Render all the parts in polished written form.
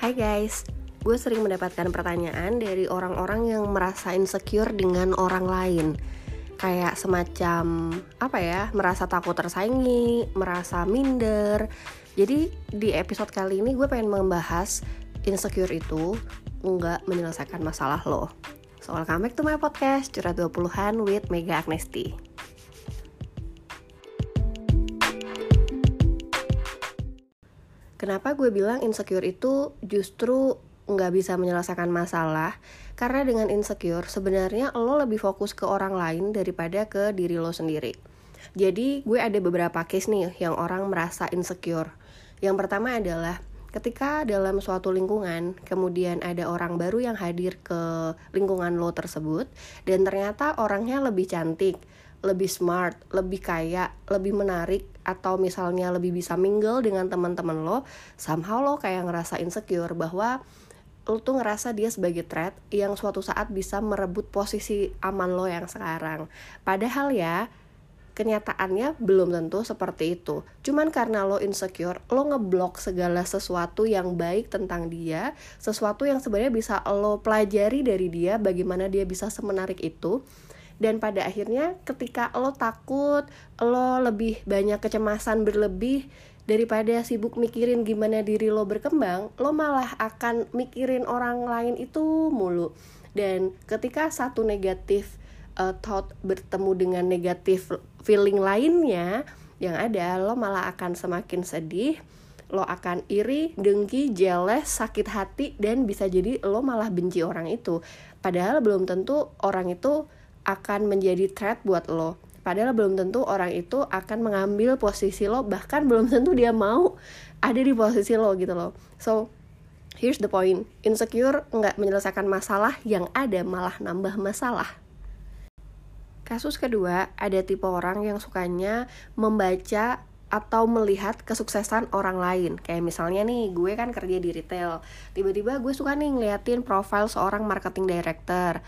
Hai guys, gue sering mendapatkan pertanyaan dari orang-orang yang merasa insecure dengan orang lain. Kayak semacam, merasa takut tersaingi, merasa minder. Jadi di episode kali ini gue pengen membahas insecure itu nggak menyelesaikan masalah lo. So welcome back to my podcast, Curhat 20-an with Mega Agnesti. Kenapa gue bilang insecure itu justru nggak bisa menyelesaikan masalah? Karena dengan insecure sebenarnya lo lebih fokus ke orang lain daripada ke diri lo sendiri. Jadi gue ada beberapa case nih yang orang merasa insecure. Yang pertama adalah ketika dalam suatu lingkungan, kemudian ada orang baru yang hadir ke lingkungan lo tersebut, dan ternyata orangnya lebih cantik, lebih smart, lebih kaya, lebih menarik, atau misalnya lebih bisa mingle dengan teman-teman lo, somehow lo kayak ngerasa insecure bahwa lo tuh ngerasa dia sebagai threat yang suatu saat bisa merebut posisi aman lo yang sekarang. Padahal ya, kenyataannya belum tentu seperti itu. Cuman karena lo insecure, lo ngeblok segala sesuatu yang baik tentang dia, sesuatu yang sebenarnya bisa lo pelajari dari dia, bagaimana dia bisa semenarik itu. Dan pada akhirnya ketika lo takut, lo lebih banyak kecemasan berlebih daripada sibuk mikirin gimana diri lo berkembang, lo malah akan mikirin orang lain itu mulu. Dan ketika satu negatif thought bertemu dengan negatif feeling lainnya, yang ada lo malah akan semakin sedih, lo akan iri, dengki, jealous, sakit hati, dan bisa jadi lo malah benci orang itu. Padahal belum tentu orang itu akan menjadi threat buat lo. Padahal belum tentu orang itu akan mengambil posisi lo, bahkan belum tentu dia mau ada di posisi lo gitu loh. So, here's the point. Insecure nggak menyelesaikan masalah, yang ada malah nambah masalah. Kasus kedua, ada tipe orang yang sukanya membaca atau melihat kesuksesan orang lain. Kayak misalnya nih, gue kan kerja di retail. Tiba-tiba gue suka nih ngeliatin profile seorang marketing director.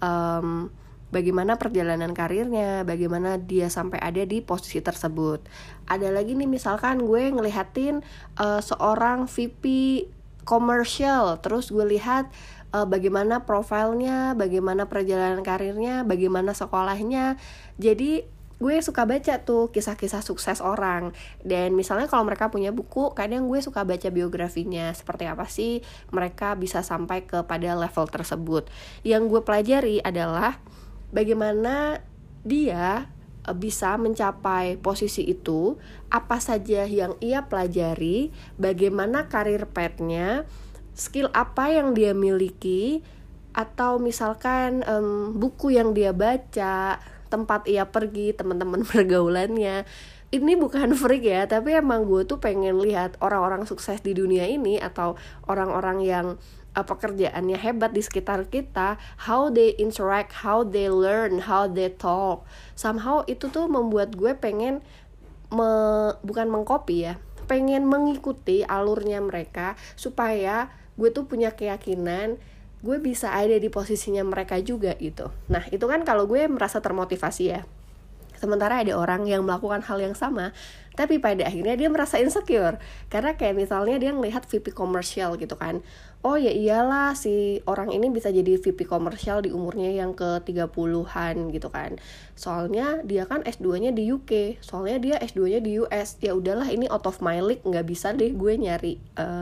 Bagaimana perjalanan karirnya, bagaimana dia sampai ada di posisi tersebut. Ada lagi nih, misalkan gue ngelihatin seorang VP komersial, terus gue lihat bagaimana profilnya, bagaimana perjalanan karirnya, bagaimana sekolahnya. Jadi gue suka baca tuh kisah-kisah sukses orang. Dan misalnya kalau mereka punya buku, kadang gue suka baca biografinya, seperti apa sih mereka bisa sampai kepada level tersebut. Yang gue pelajari adalah bagaimana dia bisa mencapai posisi itu, apa saja yang ia pelajari, bagaimana karir path-nya, skill apa yang dia miliki, atau misalkan buku yang dia baca, tempat ia pergi, teman-teman pergaulannya. Ini bukan freak ya, tapi emang gue tuh pengen lihat orang-orang sukses di dunia ini, atau orang-orang yang pekerjaannya hebat di sekitar kita, how they interact, how they learn, how they talk. Somehow itu tuh membuat gue pengen bukan mengcopy ya, pengen mengikuti alurnya mereka, supaya gue tuh punya keyakinan gue bisa ada di posisinya mereka juga gitu. Nah itu kan kalau gue merasa termotivasi ya. Sementara ada orang yang melakukan hal yang sama, tapi pada akhirnya dia merasa insecure. Karena kayak misalnya dia ngelihat VP komersial gitu kan. Oh ya iyalah, si orang ini bisa jadi VP komersial di umurnya yang ke 30-an gitu kan. Soalnya dia kan S2-nya di UK, soalnya dia S2-nya di US. Ya udahlah, ini out of my league, gak bisa deh gue nyari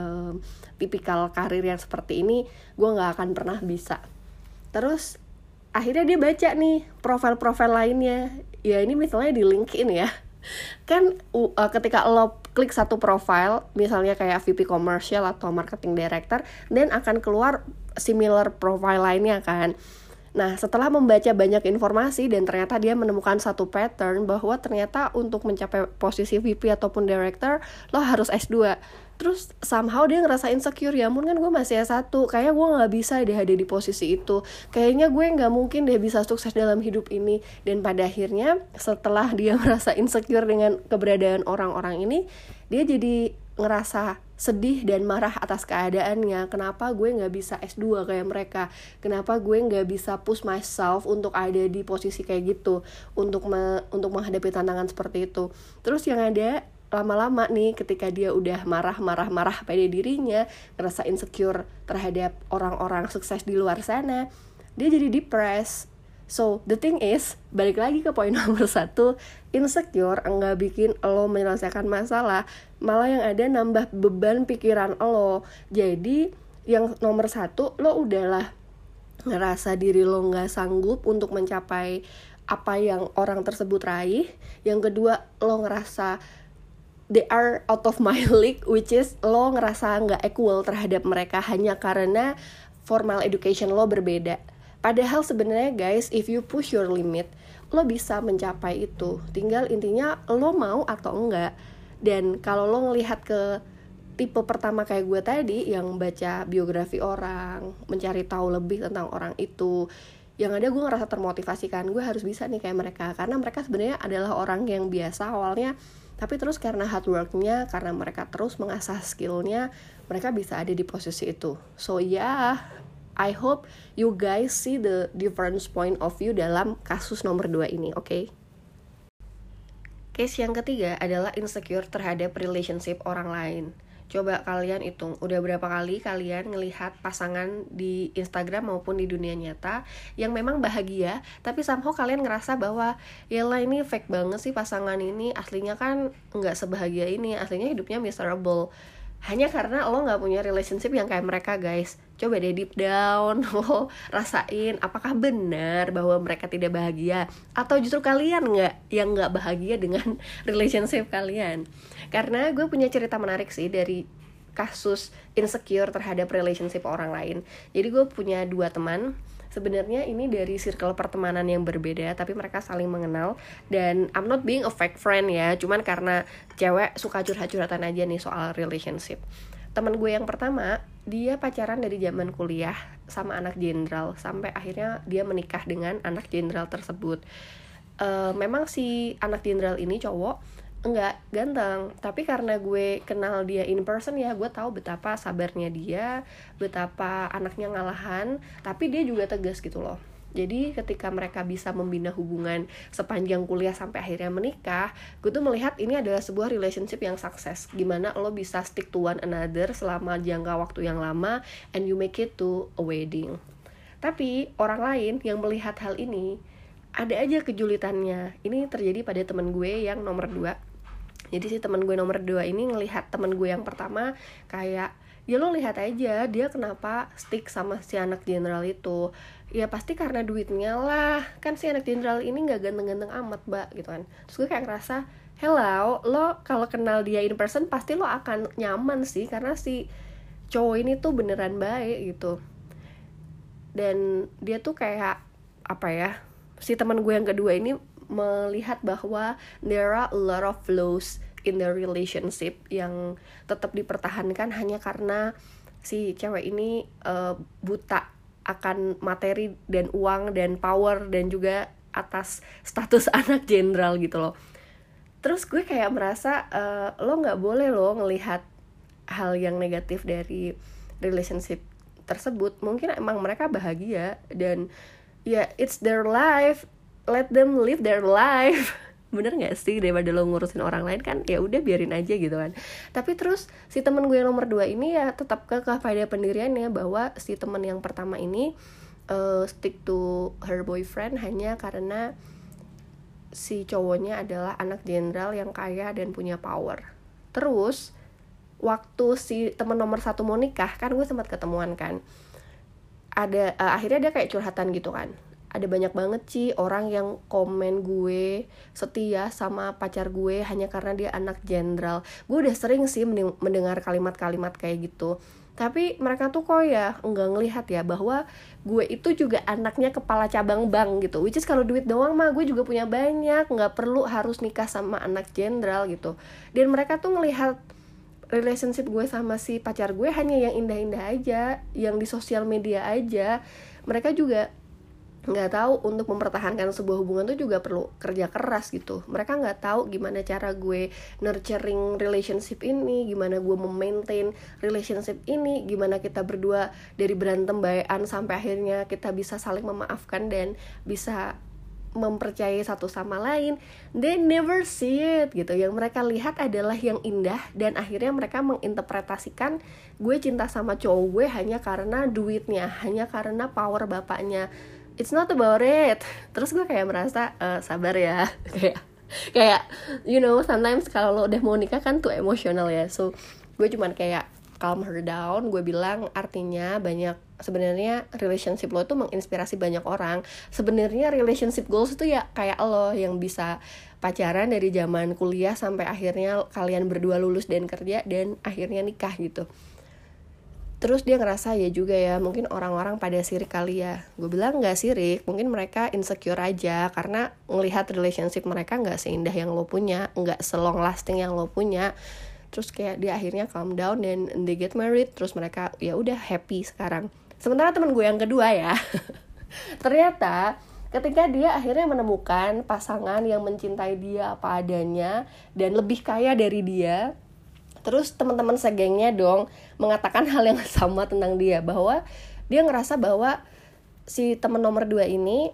tipikal karir yang seperti ini, gue gak akan pernah bisa. Terus akhirnya dia baca nih profil-profil lainnya. Ya ini misalnya di LinkedIn ya. Kan ketika lo klik satu profil, misalnya kayak VP Commercial atau Marketing Director, dan akan keluar similar profile lainnya kan. Nah setelah membaca banyak informasi dan ternyata dia menemukan satu pattern bahwa ternyata untuk mencapai posisi VP ataupun Director lo harus S2. Terus somehow dia ngerasa insecure, ya ampun kan gue masih S1, kayaknya gue gak bisa deh ada di posisi itu, kayaknya gue gak mungkin deh bisa sukses dalam hidup ini. Dan pada akhirnya setelah dia merasa insecure dengan keberadaan orang-orang ini, dia jadi ngerasa sedih dan marah atas keadaannya. Kenapa gue gak bisa S2 kayak mereka, kenapa gue gak bisa push myself untuk ada di posisi kayak gitu, untuk menghadapi tantangan seperti itu. Terus yang ada lama-lama nih ketika dia udah marah pada dirinya, ngerasa insecure terhadap orang-orang sukses di luar sana, dia jadi depressed. So the thing is, balik lagi ke poin nomor 1, insecure enggak bikin lo menyelesaikan masalah, malah yang ada nambah beban pikiran lo. Jadi yang nomor 1, lo udahlah ngerasa diri lo gak sanggup untuk mencapai apa yang orang tersebut raih. Yang kedua, lo ngerasa they are out of my league, which is lo ngerasa gak equal terhadap mereka hanya karena formal education lo berbeda. Padahal sebenarnya guys, if you push your limit, lo bisa mencapai itu. Tinggal intinya lo mau atau enggak. Dan kalau lo ngelihat ke tipe pertama kayak gue tadi, yang baca biografi orang, mencari tahu lebih tentang orang itu, yang ada gue ngerasa termotivasi kan, gue harus bisa nih kayak mereka. Karena mereka sebenarnya adalah orang yang biasa awalnya, tapi terus karena hard worknya, karena mereka terus mengasah skillnya, mereka bisa ada di posisi itu. So yeah, I hope you guys see the different point of view dalam kasus nomor 2 ini, oke? Case yang ketiga adalah insecure terhadap relationship orang lain. Coba kalian hitung, udah berapa kali kalian ngelihat pasangan di Instagram maupun di dunia nyata yang memang bahagia, tapi somehow kalian ngerasa bahwa yalah ini fake banget sih pasangan ini, aslinya kan nggak sebahagia ini, aslinya hidupnya miserable. Hanya karena lo gak punya relationship yang kayak mereka guys. Coba deh deep down lo rasain apakah benar bahwa mereka tidak bahagia, atau justru kalian yang gak bahagia dengan relationship kalian. Karena gue punya cerita menarik sih dari kasus insecure terhadap relationship orang lain. Jadi gue punya 2 teman. Sebenarnya ini dari circle pertemanan yang berbeda, tapi mereka saling mengenal. Dan I'm not being a fake friend ya, cuman karena cewek suka curhat-curhatan aja nih soal relationship. Temen gue yang pertama, dia pacaran dari zaman kuliah sama anak jenderal, sampai akhirnya dia menikah dengan anak jenderal tersebut. Memang si anak jenderal ini cowok enggak ganteng, tapi karena gue kenal dia in person ya, gue tahu betapa sabarnya dia, betapa anaknya ngalahan, tapi dia juga tegas gitu loh. Jadi ketika mereka bisa membina hubungan sepanjang kuliah sampai akhirnya menikah, gue tuh melihat ini adalah sebuah relationship yang sukses, gimana lo bisa stick to one another selama jangka waktu yang lama, and you make it to a wedding. Tapi orang lain yang melihat hal ini, ada aja kejulitannya. Ini terjadi pada temen gue yang nomor 2. Jadi si temen gue nomor 2 ini ngelihat temen gue yang pertama kayak, ya lo lihat aja dia kenapa stick sama si anak jenderal itu. Ya pasti karena duitnya lah, kan si anak jenderal ini gak ganteng-ganteng amat mbak gitu kan. Terus gue kayak ngerasa, hello, lo kalau kenal dia in person pasti lo akan nyaman sih, karena si cowok ini tuh beneran baik gitu. Dan dia tuh kayak apa ya, si teman gue yang kedua ini melihat bahwa there are a lot of flaws in the relationship yang tetap dipertahankan hanya karena si cewek ini buta akan materi dan uang dan power dan juga atas status anak jenderal gitu loh. Terus gue kayak merasa lo nggak boleh lo ngelihat hal yang negatif dari relationship tersebut. Mungkin emang mereka bahagia dan ya it's their life, let them live their life. Bener gak sih, daripada lo ngurusin orang lain kan ya udah biarin aja gitu kan. Tapi terus si temen gue yang nomor 2 ini ya tetap kekeh pada pendiriannya bahwa si temen yang pertama ini stick to her boyfriend hanya karena si cowoknya adalah anak jenderal yang kaya dan punya power. Terus waktu si temen nomor 1 mau nikah kan gue sempat ketemuan kan, ada akhirnya dia kayak curhatan gitu kan. Ada banyak banget sih orang yang komen gue setia sama pacar gue hanya karena dia anak jenderal. Gue udah sering sih mendengar kalimat-kalimat kayak gitu. Tapi mereka tuh kok ya enggak ngelihat ya bahwa gue itu juga anaknya kepala cabang bank gitu. Which is kalau duit doang mah gue juga punya banyak, gak perlu harus nikah sama anak jenderal gitu. Dan mereka tuh ngelihat relationship gue sama si pacar gue hanya yang indah-indah aja, yang di sosial media aja. Mereka juga nggak tahu untuk mempertahankan sebuah hubungan tuh juga perlu kerja keras gitu. Mereka nggak tahu gimana cara gue nurturing relationship ini, gimana gue memaintain relationship ini, gimana kita berdua dari berantem bayan sampai akhirnya kita bisa saling memaafkan dan bisa mempercayai satu sama lain, they never see it gitu. Yang mereka lihat adalah yang indah, dan akhirnya mereka menginterpretasikan gue cinta sama cowok gue hanya karena duitnya, hanya karena power bapaknya. It's not about it. Terus gue kayak merasa sabar ya, kayak you know, sometimes kalau lo udah mau nikah kan tuh emosional ya. So gue cuman kayak calm her down. Gue bilang artinya sebenarnya relationship lo itu menginspirasi banyak orang. Sebenarnya relationship goals itu ya kayak lo yang bisa pacaran dari zaman kuliah sampai akhirnya kalian berdua lulus dan kerja dan akhirnya nikah gitu. Terus dia ngerasa ya juga ya, mungkin orang-orang pada sirik kali ya. Gue bilang gak sirik, mungkin mereka insecure aja karena ngelihat relationship mereka gak seindah yang lo punya, gak selong lasting yang lo punya. Terus kayak dia akhirnya calm down dan they get married. Terus mereka ya udah happy sekarang. Sementara temen gue yang kedua ya, ternyata ketika dia akhirnya menemukan pasangan yang mencintai dia apa adanya dan lebih kaya dari dia, terus teman-teman segengnya dong mengatakan hal yang sama tentang dia, bahwa dia ngerasa bahwa si teman nomor 2 ini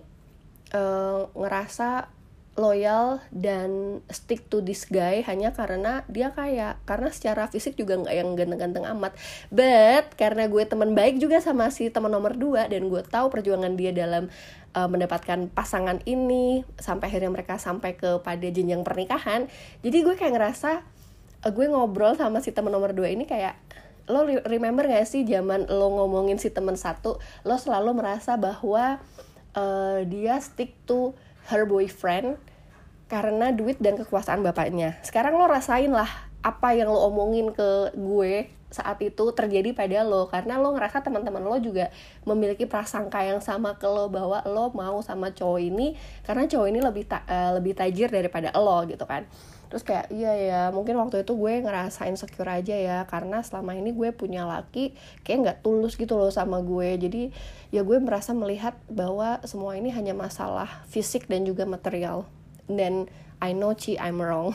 ngerasa loyal dan stick to this guy hanya karena dia kaya, karena secara fisik juga nggak yang ganteng-ganteng amat. But karena gue teman baik juga sama si teman nomor 2 dan gue tahu perjuangan dia dalam mendapatkan pasangan ini sampai akhirnya mereka sampai kepada jenjang pernikahan, jadi gue kayak ngerasa gue ngobrol sama si teman nomor 2 ini kayak, lo remember gak sih zaman lo ngomongin si teman satu, lo selalu merasa bahwa dia stick to her boyfriend karena duit dan kekuasaan bapaknya. Sekarang lo rasain lah apa yang lo omongin ke gue saat itu terjadi pada lo, karena lo ngerasa teman-teman lo juga memiliki prasangka yang sama ke lo bahwa lo mau sama cowok ini karena cowok ini lebih tajir daripada lo gitu kan. Terus kayak iya ya, mungkin waktu itu gue ngerasa insecure aja ya, karena selama ini gue punya laki kayak nggak tulus gitu loh sama gue. Jadi ya gue merasa melihat bahwa semua ini hanya masalah fisik dan juga material. Dan I know I'm wrong.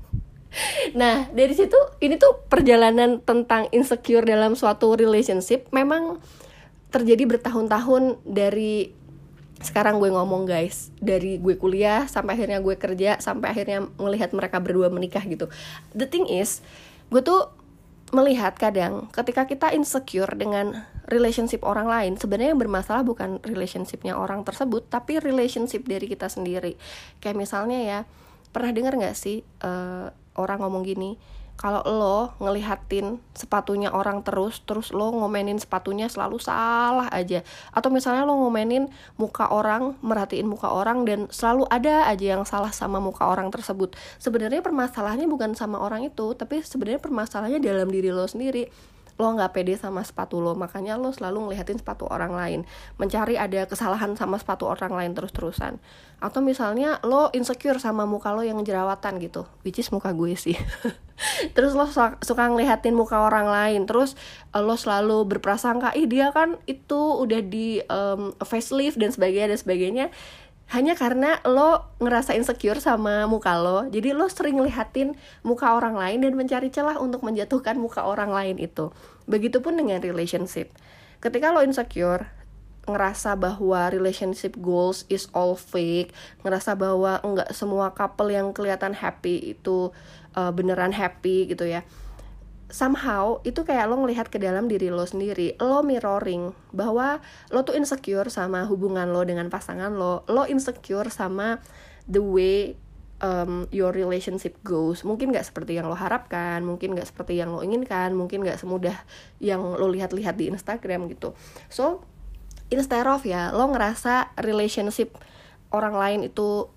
Nah dari situ ini tuh perjalanan tentang insecure dalam suatu relationship memang terjadi bertahun-tahun. Dari sekarang gue ngomong guys, dari gue kuliah sampai akhirnya gue kerja sampai akhirnya melihat mereka berdua menikah gitu. The thing is, gue tuh melihat kadang ketika kita insecure dengan relationship orang lain, sebenarnya yang bermasalah bukan relationshipnya orang tersebut, tapi relationship dari kita sendiri. Kayak misalnya ya, pernah dengar gak sih orang ngomong gini, kalau lo ngelihatin sepatunya orang terus lo ngomenin sepatunya selalu salah aja. Atau misalnya lo ngomenin muka orang, merhatiin muka orang dan selalu ada aja yang salah sama muka orang tersebut. Sebenarnya permasalahannya bukan sama orang itu, tapi sebenarnya permasalahannya dalam diri lo sendiri. Lo gak pede sama sepatu lo, makanya lo selalu ngelihatin sepatu orang lain, mencari ada kesalahan sama sepatu orang lain terus-terusan. Atau misalnya lo insecure sama muka lo yang jerawatan gitu, which is muka gue sih. Terus lo suka ngelihatin muka orang lain, terus lo selalu berprasangka, dia kan itu udah di facelift dan sebagainya, hanya karena lo ngerasa insecure sama muka lo. Jadi lo sering ngelihatin muka orang lain dan mencari celah untuk menjatuhkan muka orang lain itu. Begitupun dengan relationship. Ketika lo insecure, ngerasa bahwa relationship goals is all fake, ngerasa bahwa enggak semua couple yang kelihatan happy itu beneran happy gitu ya. Somehow itu kayak lo ngelihat ke dalam diri lo sendiri, lo mirroring bahwa lo tuh insecure sama hubungan lo dengan pasangan lo insecure sama the way your relationship goes. Mungkin gak seperti yang lo harapkan, mungkin gak seperti yang lo inginkan, mungkin gak semudah yang lo lihat-lihat di Instagram gitu. So instead of ya lo ngerasa relationship orang lain itu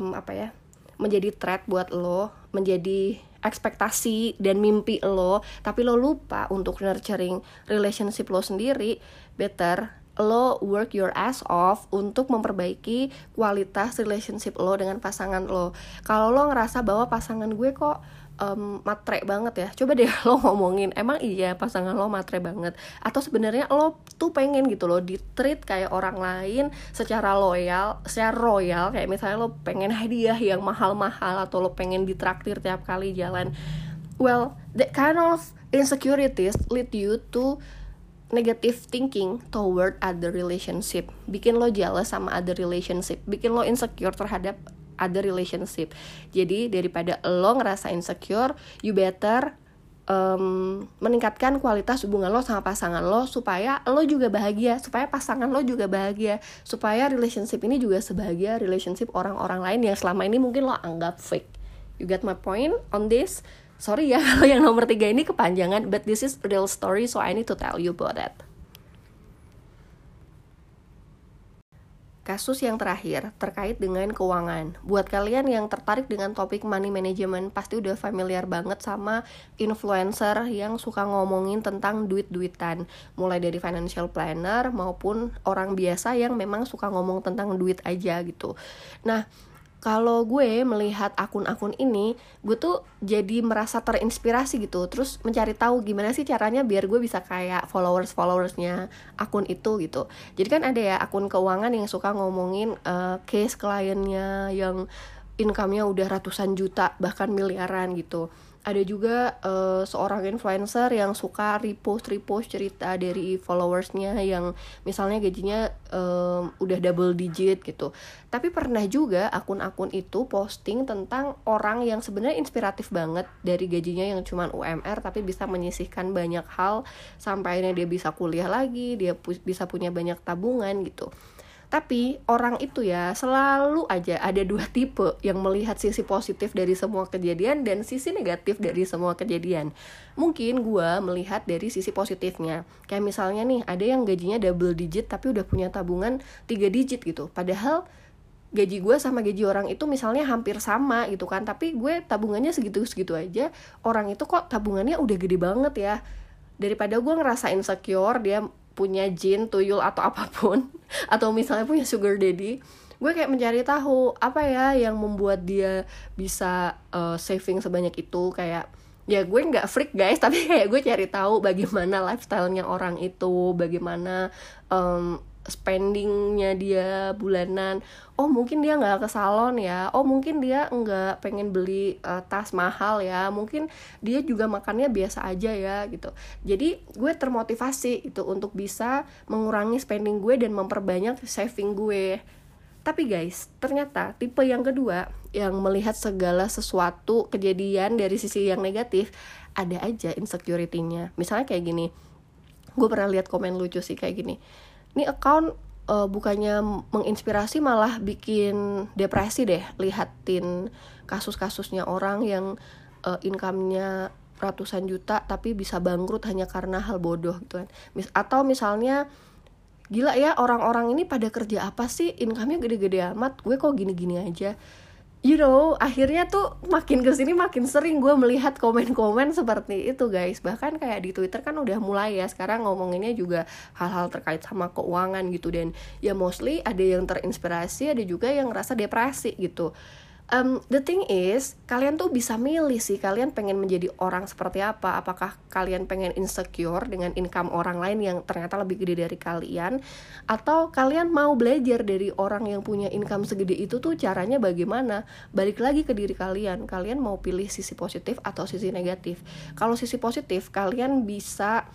menjadi threat buat lo, menjadi ekspektasi dan mimpi lo, tapi lo lupa untuk nurturing relationship lo sendiri, better lo work your ass off untuk memperbaiki kualitas relationship lo dengan pasangan lo. Kalau lo ngerasa bahwa pasangan gue kok matre banget ya, coba deh lo ngomongin, emang iya pasangan lo matre banget, atau sebenarnya lo tuh pengen gitu lo di treat kayak orang lain secara royal, kayak misalnya lo pengen hadiah yang mahal-mahal, atau lo pengen ditraktir tiap kali jalan. Well, that kind of insecurities lead you to negative thinking toward other relationship, bikin lo jealous sama other relationship, bikin lo insecure terhadap other relationship. Jadi daripada lo ngerasa insecure, you better meningkatkan kualitas hubungan lo sama pasangan lo, supaya lo juga bahagia, supaya pasangan lo juga bahagia, supaya relationship ini juga sebahagia relationship orang-orang lain yang selama ini mungkin lo anggap fake. You get my point on this? Sorry ya kalau yang nomor 3 ini kepanjangan, but this is real story, so I need to tell you about that. Kasus yang terakhir terkait dengan keuangan. Buat kalian yang tertarik dengan topik money management, pasti udah familiar banget sama influencer yang suka ngomongin tentang duit-duitan. Mulai dari financial planner maupun orang biasa yang memang suka ngomong tentang duit aja gitu. Nah, kalau gue melihat akun-akun ini, gue tuh jadi merasa terinspirasi gitu. Terus mencari tahu gimana sih caranya biar gue bisa kayak followersnya akun itu gitu. Jadi kan ada ya akun keuangan yang suka ngomongin case kliennya yang income-nya udah ratusan juta, bahkan miliaran gitu. Ada juga seorang influencer yang suka repost cerita dari followersnya yang misalnya gajinya udah double digit gitu. Tapi pernah juga akun-akun itu posting tentang orang yang sebenarnya inspiratif banget, dari gajinya yang cuman UMR tapi bisa menyisihkan banyak hal sampai akhirnya dia bisa kuliah lagi, dia bisa punya banyak tabungan gitu. Tapi orang itu ya selalu aja ada 2 tipe yang melihat sisi positif dari semua kejadian dan sisi negatif dari semua kejadian. Mungkin gue melihat dari sisi positifnya. Kayak misalnya nih, ada yang gajinya double digit tapi udah punya tabungan 3 digit gitu. Padahal gaji gue sama gaji orang itu misalnya hampir sama gitu kan, tapi gue tabungannya segitu-segitu aja. Orang itu kok tabungannya udah gede banget ya. Daripada gue ngerasa insecure dia punya jin, tuyul atau apapun, atau misalnya punya sugar daddy, gue kayak mencari tahu apa ya yang membuat dia bisa saving sebanyak itu. Kayak ya gue nggak freak guys, tapi kayak gue cari tahu bagaimana lifestyle-nya orang itu, bagaimana spendingnya dia bulanan. Oh mungkin dia nggak ke salon ya, oh mungkin dia nggak pengen beli tas mahal ya, mungkin dia juga makannya biasa aja ya gitu. Jadi gue termotivasi itu untuk bisa mengurangi spending gue dan memperbanyak saving gue. Tapi guys, ternyata tipe yang kedua yang melihat segala sesuatu kejadian dari sisi yang negatif, ada aja insecurity-nya. Misalnya kayak gini, gue pernah lihat komen lucu sih kayak gini, ini account bukannya menginspirasi malah bikin depresi deh lihatin kasus-kasusnya orang yang income-nya ratusan juta tapi bisa bangkrut hanya karena hal bodoh gitu kan. Atau misalnya, gila ya orang-orang ini pada kerja apa sih, income-nya gede-gede amat, gue kok gini-gini aja. You know, akhirnya tuh makin kesini makin sering gue melihat komen-komen seperti itu guys. Bahkan kayak di Twitter kan udah mulai ya sekarang ngomonginnya juga hal-hal terkait sama keuangan gitu. Dan ya mostly ada yang terinspirasi, ada juga yang ngerasa depresi gitu. The thing is, kalian tuh bisa milih sih, kalian pengen menjadi orang seperti apa. Apakah kalian pengen insecure dengan income orang lain yang ternyata lebih gede dari kalian, atau kalian mau belajar dari orang yang punya income segede itu tuh caranya bagaimana. Balik lagi ke diri kalian, kalian mau pilih sisi positif atau sisi negatif. Kalau sisi positif, kalian bisa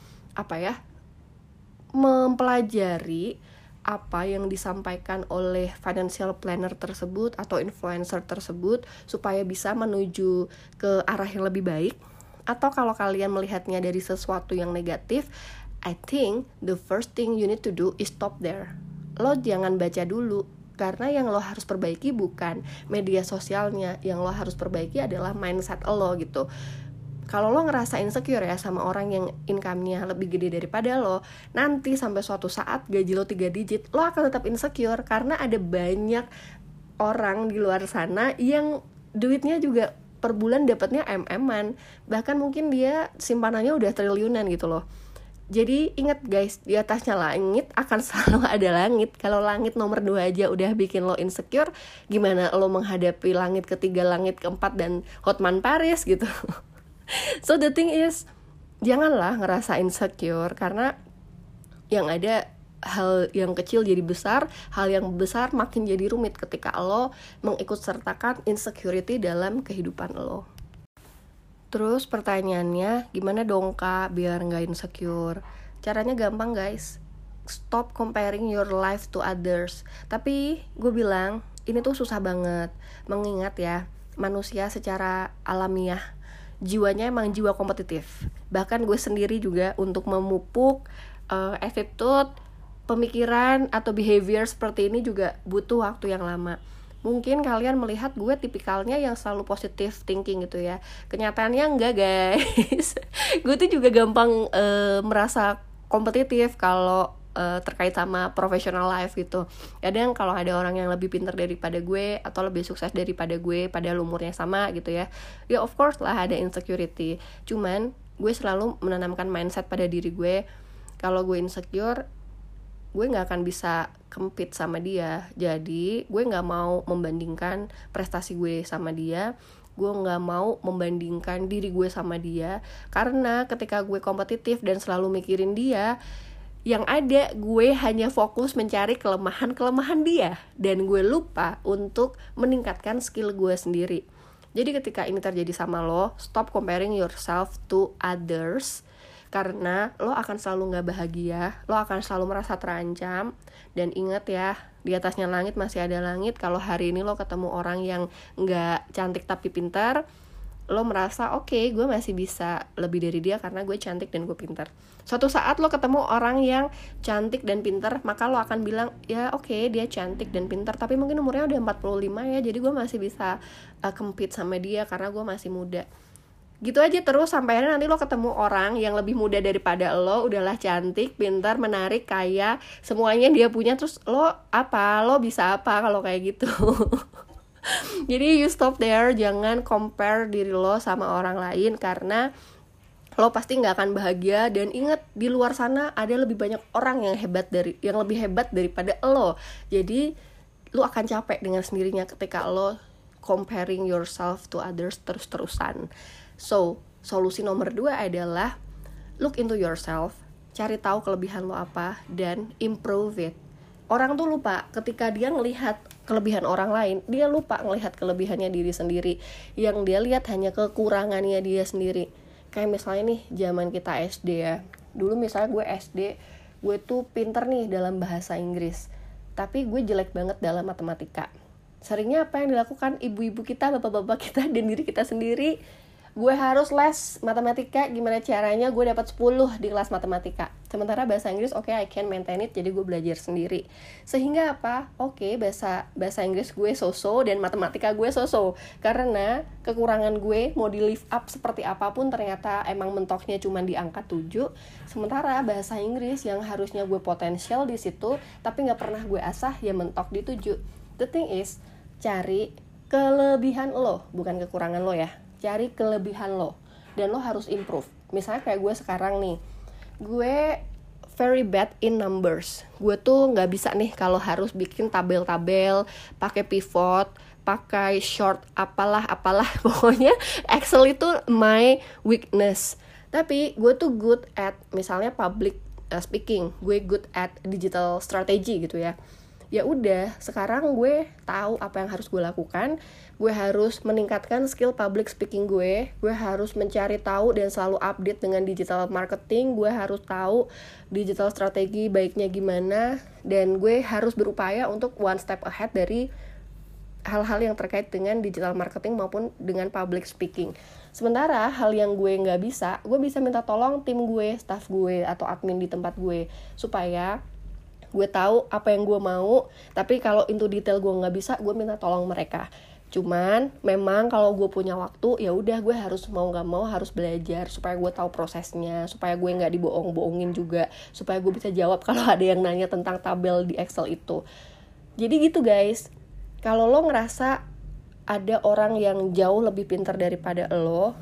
mempelajari apa yang disampaikan oleh financial planner tersebut atau influencer tersebut supaya bisa menuju ke arah yang lebih baik. Atau kalau kalian melihatnya dari sesuatu yang negatif, I think the first thing you need to do is stop there. Lo jangan baca dulu, karena yang lo harus perbaiki bukan media sosialnya, yang lo harus perbaiki adalah mindset lo gitu. Kalau lo ngerasa insecure ya sama orang yang income-nya lebih gede daripada lo, nanti sampai suatu saat gaji lo 3 digit, lo akan tetap insecure karena ada banyak orang di luar sana yang duitnya juga per bulan dapatnya MM-an. Bahkan mungkin dia simpanannya udah triliunan gitu loh. Jadi ingat guys, di atasnya langit akan selalu ada langit. Kalau langit nomor 2 aja udah bikin lo insecure, gimana lo menghadapi langit ketiga, langit keempat, dan Hotman Paris gitu. So the thing is, janganlah ngerasa insecure, karena yang ada hal yang kecil jadi besar, hal yang besar makin jadi rumit ketika lo mengikut sertakan insecurity dalam kehidupan lo. Terus pertanyaannya, gimana dong kak biar gak insecure? Caranya gampang guys, stop comparing your life to others. Tapi gue bilang ini tuh susah banget, mengingat ya manusia secara alamiah jiwanya emang jiwa kompetitif. Bahkan gue sendiri juga untuk memupuk attitude, pemikiran atau behavior seperti ini juga butuh waktu yang lama. Mungkin kalian melihat gue tipikalnya yang selalu positive thinking gitu ya. Kenyataannya enggak guys. Gue tuh juga gampang merasa kompetitif kalau terkait sama professional life gitu. Kadang kalau ada orang yang lebih pintar daripada gue atau lebih sukses daripada gue padahal umurnya sama gitu ya, ya of course lah ada insecurity. Cuman gue selalu menanamkan mindset pada diri gue, kalau gue insecure gue gak akan bisa compete sama dia. Jadi gue gak mau membandingkan prestasi gue sama dia, gue gak mau membandingkan diri gue sama dia. Karena ketika gue kompetitif dan selalu mikirin dia, yang ada gue hanya fokus mencari kelemahan-kelemahan dia, dan gue lupa untuk meningkatkan skill gue sendiri. Jadi ketika ini terjadi sama lo, stop comparing yourself to others. Karena lo akan selalu gak bahagia, lo akan selalu merasa terancam. Dan ingat ya, di atasnya langit masih ada langit. Kalau hari ini lo ketemu orang yang gak cantik tapi pintar, lo merasa oke, gue masih bisa lebih dari dia karena gue cantik dan gue pintar. Suatu saat lo ketemu orang yang cantik dan pintar, maka lo akan bilang, ya oke, dia cantik dan pintar, tapi mungkin umurnya udah 45 ya, jadi gue masih bisa compete sama dia karena gue masih muda. Gitu aja terus sampai akhirnya nanti lo ketemu orang yang lebih muda daripada lo, udahlah cantik, pintar, menarik, kaya, semuanya dia punya, terus lo bisa apa kalau kayak gitu. Jadi you stop there, jangan compare diri lo sama orang lain karena lo pasti nggak akan bahagia. Dan ingat, di luar sana ada lebih banyak orang yang lebih hebat daripada lo. Jadi lo akan capek dengan sendirinya ketika lo comparing yourself to others terus-terusan. So, solusi nomor 2 adalah look into yourself, cari tahu kelebihan lo apa dan improve it. Orang tuh lupa ketika dia ngelihat kelebihan orang lain, dia lupa ngelihat kelebihannya diri sendiri. Yang dia lihat hanya kekurangannya dia sendiri. Kayak misalnya nih, zaman kita SD ya. Dulu misalnya gue SD, gue tuh pinter nih dalam bahasa Inggris, tapi gue jelek banget dalam matematika. Seringnya apa yang dilakukan ibu-ibu kita, bapak-bapak kita, dan diri kita sendiri, gue harus les matematika, gimana caranya gue dapat 10 di kelas matematika. Sementara bahasa Inggris, oke, I can maintain it, jadi gue belajar sendiri. Sehingga apa? Oke, bahasa Inggris gue so-so dan matematika gue so-so. Karena kekurangan gue mau di lift up seperti apapun, ternyata emang mentoknya cuma di angka 7. Sementara bahasa Inggris yang harusnya gue potensial di situ, tapi gak pernah gue asah, ya mentok di 7. The thing is, cari kelebihan lo, bukan kekurangan lo ya. Cari kelebihan lo dan lo harus improve. Misalnya kayak gue sekarang nih, gue very bad in numbers. Gue tuh nggak bisa nih kalau harus bikin tabel-tabel, pakai pivot, pakai short, apalah pokoknya Excel itu my weakness. Tapi gue tuh good at misalnya public speaking, gue good at digital strategy gitu ya. Ya udah, sekarang gue tahu apa yang harus gue lakukan. Gue harus meningkatkan skill public speaking gue harus mencari tahu dan selalu update dengan digital marketing, gue harus tahu digital strategi baiknya gimana, dan gue harus berupaya untuk one step ahead dari hal-hal yang terkait dengan digital marketing maupun dengan public speaking. Sementara hal yang gue gak bisa, gue bisa minta tolong tim gue, staff gue, atau admin di tempat gue, supaya gue tahu apa yang gue mau. Tapi kalau into detail gue nggak bisa, gue minta tolong mereka. Cuman memang kalau gue punya waktu, ya udah gue harus mau nggak mau harus belajar supaya gue tahu prosesnya, supaya gue nggak dibohong-bohongin juga, supaya gue bisa jawab kalau ada yang nanya tentang tabel di Excel itu. Jadi gitu guys, kalau lo ngerasa ada orang yang jauh lebih pintar daripada lo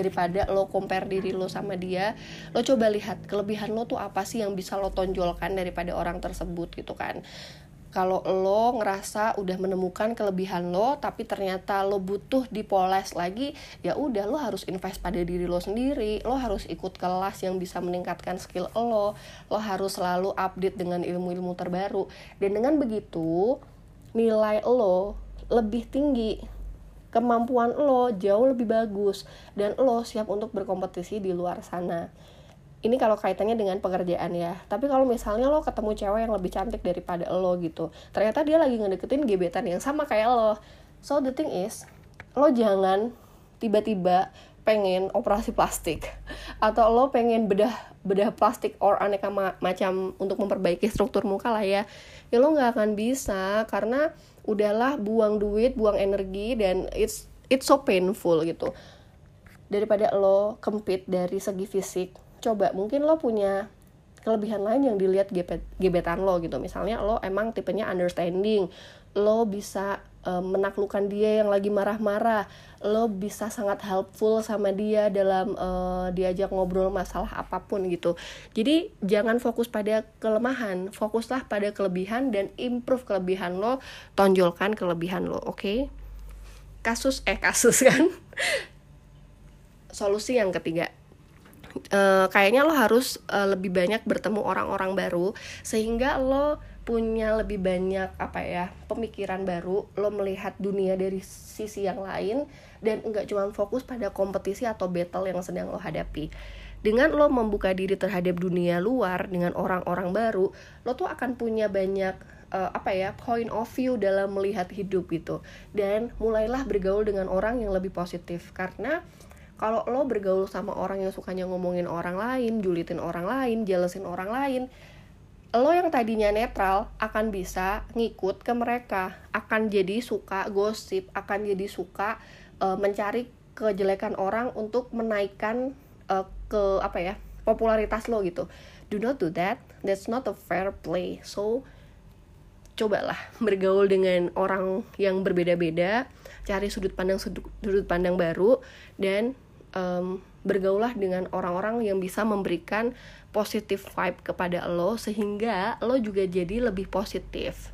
compare diri lo sama dia, lo coba lihat kelebihan lo tuh apa sih yang bisa lo tonjolkan daripada orang tersebut gitu kan. Kalau lo ngerasa udah menemukan kelebihan lo tapi ternyata lo butuh dipoles lagi, ya udah lo harus invest pada diri lo sendiri. Lo harus ikut kelas yang bisa meningkatkan skill lo harus selalu update dengan ilmu-ilmu terbaru, dan dengan begitu nilai lo lebih tinggi, kemampuan lo jauh lebih bagus, dan lo siap untuk berkompetisi di luar sana. Ini kalau kaitannya dengan pekerjaan ya. Tapi kalau misalnya lo ketemu cewek yang lebih cantik daripada lo gitu, ternyata dia lagi ngedeketin gebetan yang sama kayak lo. So the thing is, lo jangan tiba-tiba pengen operasi plastik atau lo pengen bedah plastik or aneka macam untuk memperbaiki struktur muka lah ya lo nggak akan bisa, karena udahlah buang duit, buang energi, dan it's so painful gitu. Daripada lo compete dari segi fisik, coba mungkin lo punya kelebihan lain yang dilihat gebetan lo gitu. Misalnya lo emang tipenya understanding, lo bisa menaklukkan dia yang lagi marah-marah, lo bisa sangat helpful sama dia dalam diajak ngobrol masalah apapun gitu. Jadi jangan fokus pada kelemahan, fokuslah pada kelebihan dan improve kelebihan lo, tonjolkan kelebihan lo, oke? Kasus kan. Solusi yang ketiga, kayaknya lo harus lebih banyak bertemu orang-orang baru sehingga lo punya lebih banyak pemikiran baru, lo melihat dunia dari sisi yang lain dan enggak cuma fokus pada kompetisi atau battle yang sedang lo hadapi. Dengan lo membuka diri terhadap dunia luar dengan orang-orang baru, lo tuh akan punya banyak point of view dalam melihat hidup gitu. Dan mulailah bergaul dengan orang yang lebih positif, karena kalau lo bergaul sama orang yang sukanya ngomongin orang lain, julitin orang lain, jelesin orang lain, lo yang tadinya netral akan bisa ngikut ke mereka, akan jadi suka gosip, akan jadi suka mencari kejelekan orang untuk menaikkan popularitas lo gitu. Do not do that, that's not a fair play. So cobalah bergaul dengan orang yang berbeda-beda, cari sudut pandang baru, dan bergaulah dengan orang-orang yang bisa memberikan positive vibe kepada lo sehingga lo juga jadi lebih positif.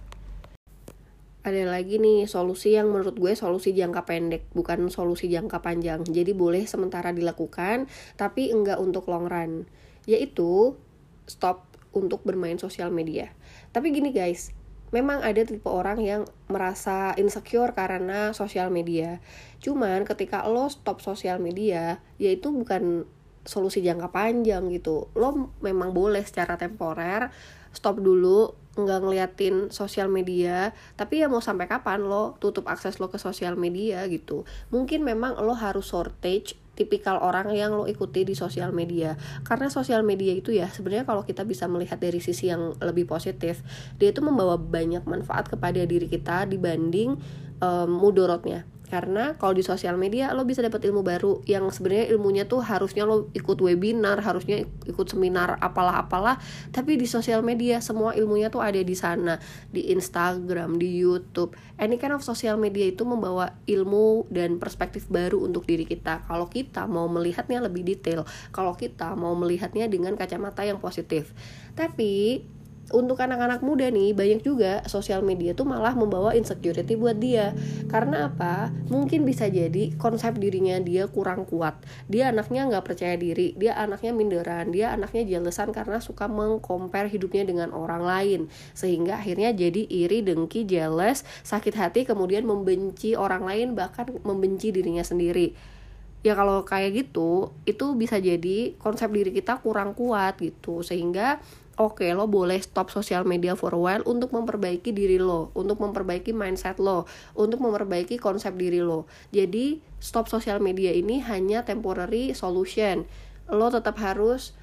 Ada lagi nih solusi yang menurut gue solusi jangka pendek, bukan solusi jangka panjang. Jadi boleh sementara dilakukan tapi enggak untuk long run, yaitu stop untuk bermain sosial media. Tapi gini guys, memang ada tipe orang yang merasa insecure karena sosial media. Cuman ketika lo stop sosial media, yaitu bukan solusi jangka panjang gitu. Lo memang boleh secara temporer stop dulu, nggak ngeliatin sosial media. Tapi ya mau sampai kapan lo tutup akses lo ke sosial media gitu. Mungkin memang lo harus shortage tipikal orang yang lo ikuti di sosial media, karena sosial media itu ya sebenarnya kalau kita bisa melihat dari sisi yang lebih positif, dia itu membawa banyak manfaat kepada diri kita dibanding mudorotnya. Karena kalau di sosial media lo bisa dapat ilmu baru yang sebenarnya ilmunya tuh harusnya lo ikut webinar, harusnya ikut seminar apalah, tapi di sosial media semua ilmunya tuh ada di sana, di Instagram, di YouTube. Any kind of social media itu membawa ilmu dan perspektif baru untuk diri kita. Kalau kita mau melihatnya lebih detail, kalau kita mau melihatnya dengan kacamata yang positif. Tapi untuk anak-anak muda nih, banyak juga sosial media tuh malah membawa insecurity buat dia. Karena apa? Mungkin bisa jadi konsep dirinya dia kurang kuat. Dia anaknya gak percaya diri, dia anaknya minderan, dia anaknya jelesan karena suka meng-compare hidupnya dengan orang lain. Sehingga akhirnya jadi iri, dengki, jealous, sakit hati, kemudian membenci orang lain, bahkan membenci dirinya sendiri. Ya kalau kayak gitu, itu bisa jadi konsep diri kita kurang kuat gitu. Sehingga oke, lo boleh stop sosial media for a while untuk memperbaiki diri lo, untuk memperbaiki mindset lo, untuk memperbaiki konsep diri lo. Jadi stop sosial media ini hanya temporary solution. Lo tetap harus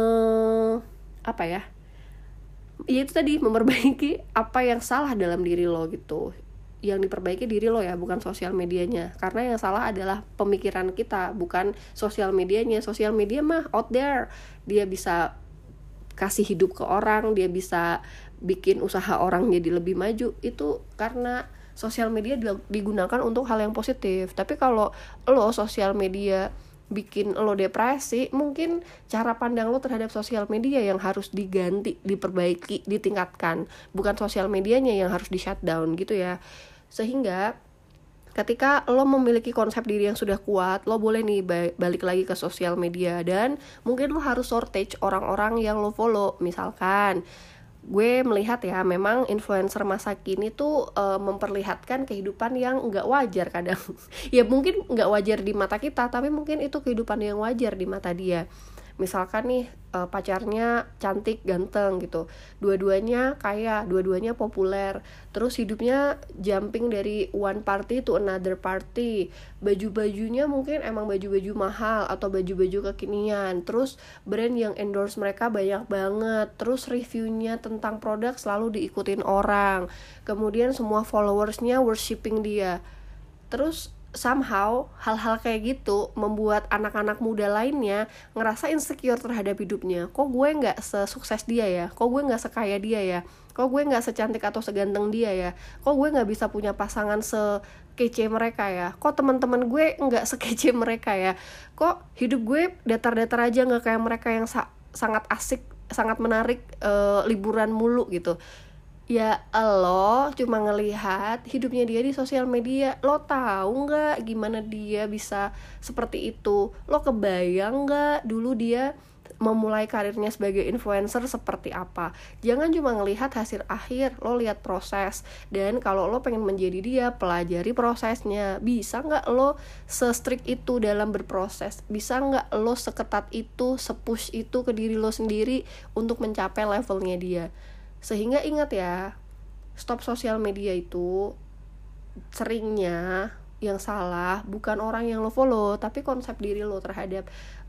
ya itu tadi, memperbaiki apa yang salah dalam diri lo gitu. Yang diperbaiki diri lo ya, bukan sosial medianya. Karena yang salah adalah pemikiran kita, bukan sosial medianya. Sosial media mah out there, dia bisa kasih hidup ke orang, dia bisa bikin usaha orang jadi lebih maju. Itu karena sosial media digunakan untuk hal yang positif. Tapi kalau lo sosial media bikin lo depresi, mungkin cara pandang lo terhadap sosial media yang harus diganti, diperbaiki, ditingkatkan. Bukan sosial medianya yang harus di shutdown gitu ya. Sehingga ketika lo memiliki konsep diri yang sudah kuat, lo boleh nih balik lagi ke sosial media. Dan mungkin lo harus shortage orang-orang yang lo follow. Misalkan gue melihat ya, memang influencer masa kini tuh memperlihatkan kehidupan yang gak wajar kadang. Ya mungkin gak wajar di mata kita, tapi mungkin itu kehidupan yang wajar di mata dia. Misalkan nih pacarnya cantik, ganteng gitu, dua-duanya kaya, dua-duanya populer, terus hidupnya jumping dari one party to another party, baju-bajunya mungkin emang baju-baju mahal atau baju-baju kekinian, terus brand yang endorse mereka banyak banget, terus reviewnya tentang produk selalu diikutin orang, kemudian semua followersnya worshipping dia. Terus somehow hal-hal kayak gitu membuat anak-anak muda lainnya ngerasa insecure terhadap hidupnya. Kok gue nggak sesukses dia ya? Kok gue nggak sekaya dia ya? Kok gue nggak secantik atau seganteng dia ya? Kok gue nggak bisa punya pasangan sekece mereka ya? Kok teman-teman gue nggak sekece mereka ya? Kok hidup gue datar-datar aja, nggak kayak mereka yang sangat asik, sangat menarik, liburan mulu gitu. Ya lo cuma ngelihat hidupnya dia di sosial media. Lo tahu nggak gimana dia bisa seperti itu? Lo kebayang nggak dulu dia memulai karirnya sebagai influencer seperti apa? Jangan cuma ngelihat hasil akhir, lo lihat proses. Dan kalau lo pengen menjadi dia, pelajari prosesnya. Bisa nggak lo se-strict itu dalam berproses? Bisa nggak lo seketat itu, se-push itu ke diri lo sendiri untuk mencapai levelnya dia? Sehingga ingat ya, stop sosial media itu seringnya yang salah bukan orang yang lo follow, tapi konsep diri lo terhadap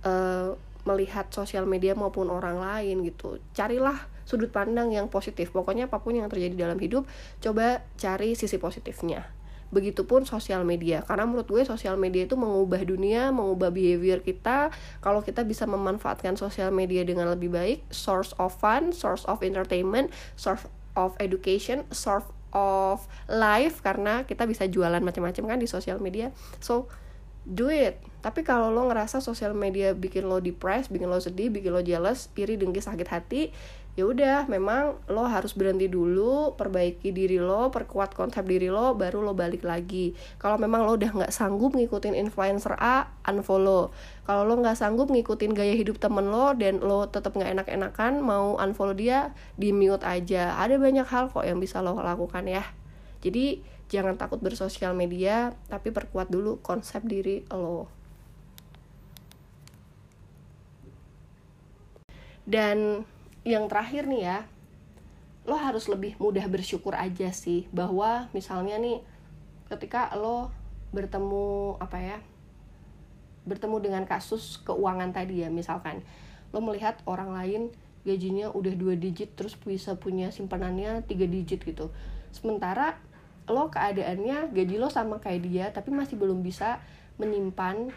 melihat sosial media maupun orang lain gitu. Carilah sudut pandang yang positif. Pokoknya apapun yang terjadi dalam hidup, coba cari sisi positifnya. Begitupun sosial media, karena menurut gue sosial media itu mengubah dunia, mengubah behavior kita. Kalau kita bisa memanfaatkan sosial media dengan lebih baik, source of fun, source of entertainment, source of education, source of life, karena kita bisa jualan macam-macam kan di sosial media. So do it. Tapi kalau lo ngerasa sosial media bikin lo depressed, bikin lo sedih, bikin lo jealous, iri, dengki, sakit hati, ya udah, memang lo harus berhenti dulu, perbaiki diri lo, perkuat konsep diri lo, baru lo balik lagi. Kalau memang lo udah nggak sanggup ngikutin influencer A, unfollow. Kalau lo nggak sanggup ngikutin gaya hidup temen lo dan lo tetap nggak enak-enakan mau unfollow dia, di mute aja. Ada banyak hal kok yang bisa lo lakukan ya. Jadi jangan takut bersosial media, tapi perkuat dulu konsep diri lo. Dan yang terakhir nih ya, lo harus lebih mudah bersyukur aja sih, bahwa misalnya nih ketika lo bertemu dengan kasus keuangan tadi ya, misalkan lo melihat orang lain gajinya udah 2 digit terus bisa punya simpanannya 3 digit gitu, sementara lo keadaannya gaji lo sama kayak dia tapi masih belum bisa menyimpan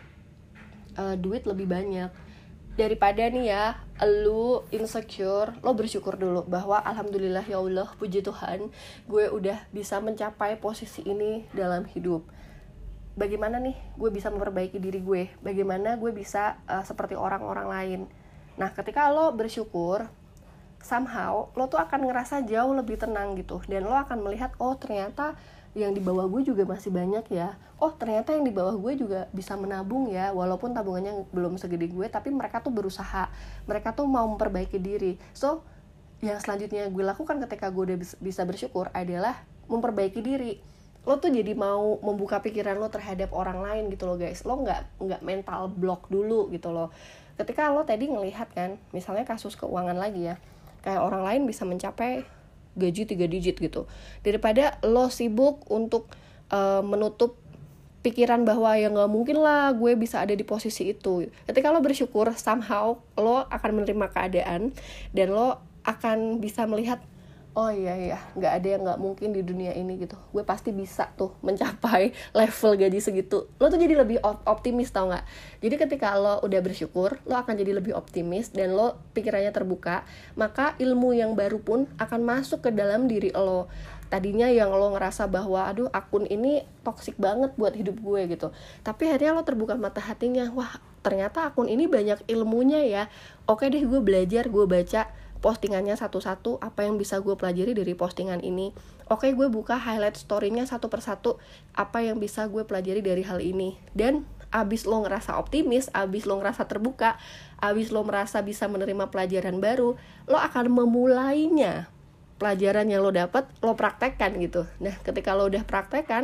duit lebih banyak. Daripada nih ya lu insecure, lo bersyukur dulu bahwa alhamdulillah ya Allah, puji Tuhan, gue udah bisa mencapai posisi ini dalam hidup. Bagaimana nih gue bisa memperbaiki diri gue, bagaimana gue bisa seperti orang-orang lain. Nah ketika lo bersyukur, somehow lo tuh akan ngerasa jauh lebih tenang gitu, dan lo akan melihat, oh ternyata yang di bawah gue juga masih banyak ya, oh ternyata yang di bawah gue juga bisa menabung ya, walaupun tabungannya belum segede gue, tapi mereka tuh berusaha, mereka tuh mau memperbaiki diri. So yang selanjutnya gue lakukan ketika gue udah bisa bersyukur adalah memperbaiki diri. Lo tuh jadi mau membuka pikiran lo terhadap orang lain gitu loh guys. Lo nggak mental block dulu gitu loh. Ketika lo tadi ngelihat kan, misalnya kasus keuangan lagi ya, kayak orang lain bisa mencapai gaji 3 digit gitu, daripada lo sibuk untuk menutup pikiran bahwa ya nggak mungkin lah gue bisa ada di posisi itu. Ketika lo bersyukur, somehow lo akan menerima keadaan dan lo akan bisa melihat, oh iya nggak ada yang nggak mungkin di dunia ini gitu, gue pasti bisa tuh mencapai level gaji segitu. Lo tuh jadi lebih optimis, tau nggak? Jadi ketika lo udah bersyukur, lo akan jadi lebih optimis dan lo pikirannya terbuka, maka ilmu yang baru pun akan masuk ke dalam diri lo. Tadinya yang lo ngerasa bahwa aduh akun ini toksik banget buat hidup gue gitu, tapi akhirnya lo terbuka mata hatinya, wah ternyata akun ini banyak ilmunya ya. Oke deh, gue belajar, gue baca postingannya satu-satu, apa yang bisa gue pelajari dari postingan ini. Oke, gue buka highlight story-nya satu persatu, apa yang bisa gue pelajari dari hal ini. Dan abis lo ngerasa optimis, abis lo ngerasa terbuka, abis lo merasa bisa menerima pelajaran baru, lo akan memulainya. Pelajaran yang lo dapat, lo praktekkan gitu. Nah, ketika lo udah praktekkan,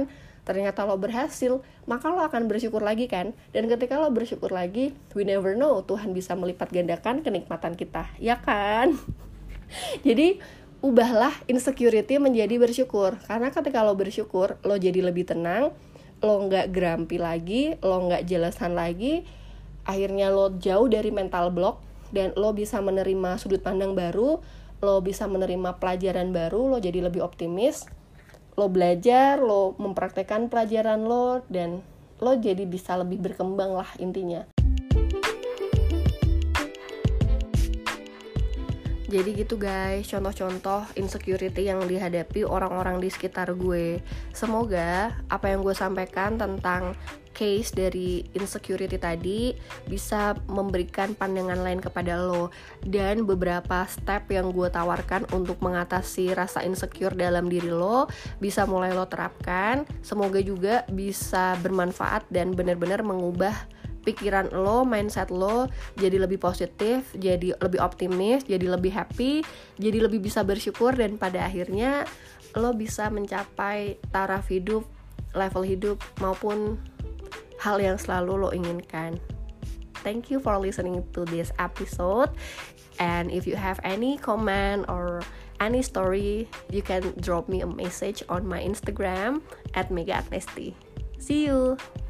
ternyata lo berhasil, maka lo akan bersyukur lagi kan. Dan ketika lo bersyukur lagi, we never know, Tuhan bisa melipat gandakan kenikmatan kita, ya kan? Jadi ubahlah insecurity menjadi bersyukur. Karena ketika lo bersyukur, lo jadi lebih tenang, lo gak grumpy lagi, lo gak jelesan lagi. Akhirnya lo jauh dari mental block, dan lo bisa menerima sudut pandang baru, lo bisa menerima pelajaran baru, lo jadi lebih optimis, lo belajar, lo mempraktekkan pelajaran lo, dan lo jadi bisa lebih berkembang lah intinya. Jadi gitu guys, contoh-contoh insecurity yang dihadapi orang-orang di sekitar gue. Semoga apa yang gue sampaikan tentang case dari insecurity tadi bisa memberikan pandangan lain kepada lo. Dan beberapa step yang gue tawarkan untuk mengatasi rasa insecure dalam diri lo bisa mulai lo terapkan. Semoga juga bisa bermanfaat dan benar-benar mengubah pikiran lo, mindset lo jadi lebih positif, jadi lebih optimis, jadi lebih happy, jadi lebih bisa bersyukur, dan pada akhirnya lo bisa mencapai taraf hidup, level hidup, maupun hal yang selalu lo inginkan. Thank you for listening to this episode, and if you have any comment or any story, you can drop me a message on my Instagram @megaagnesty. See you!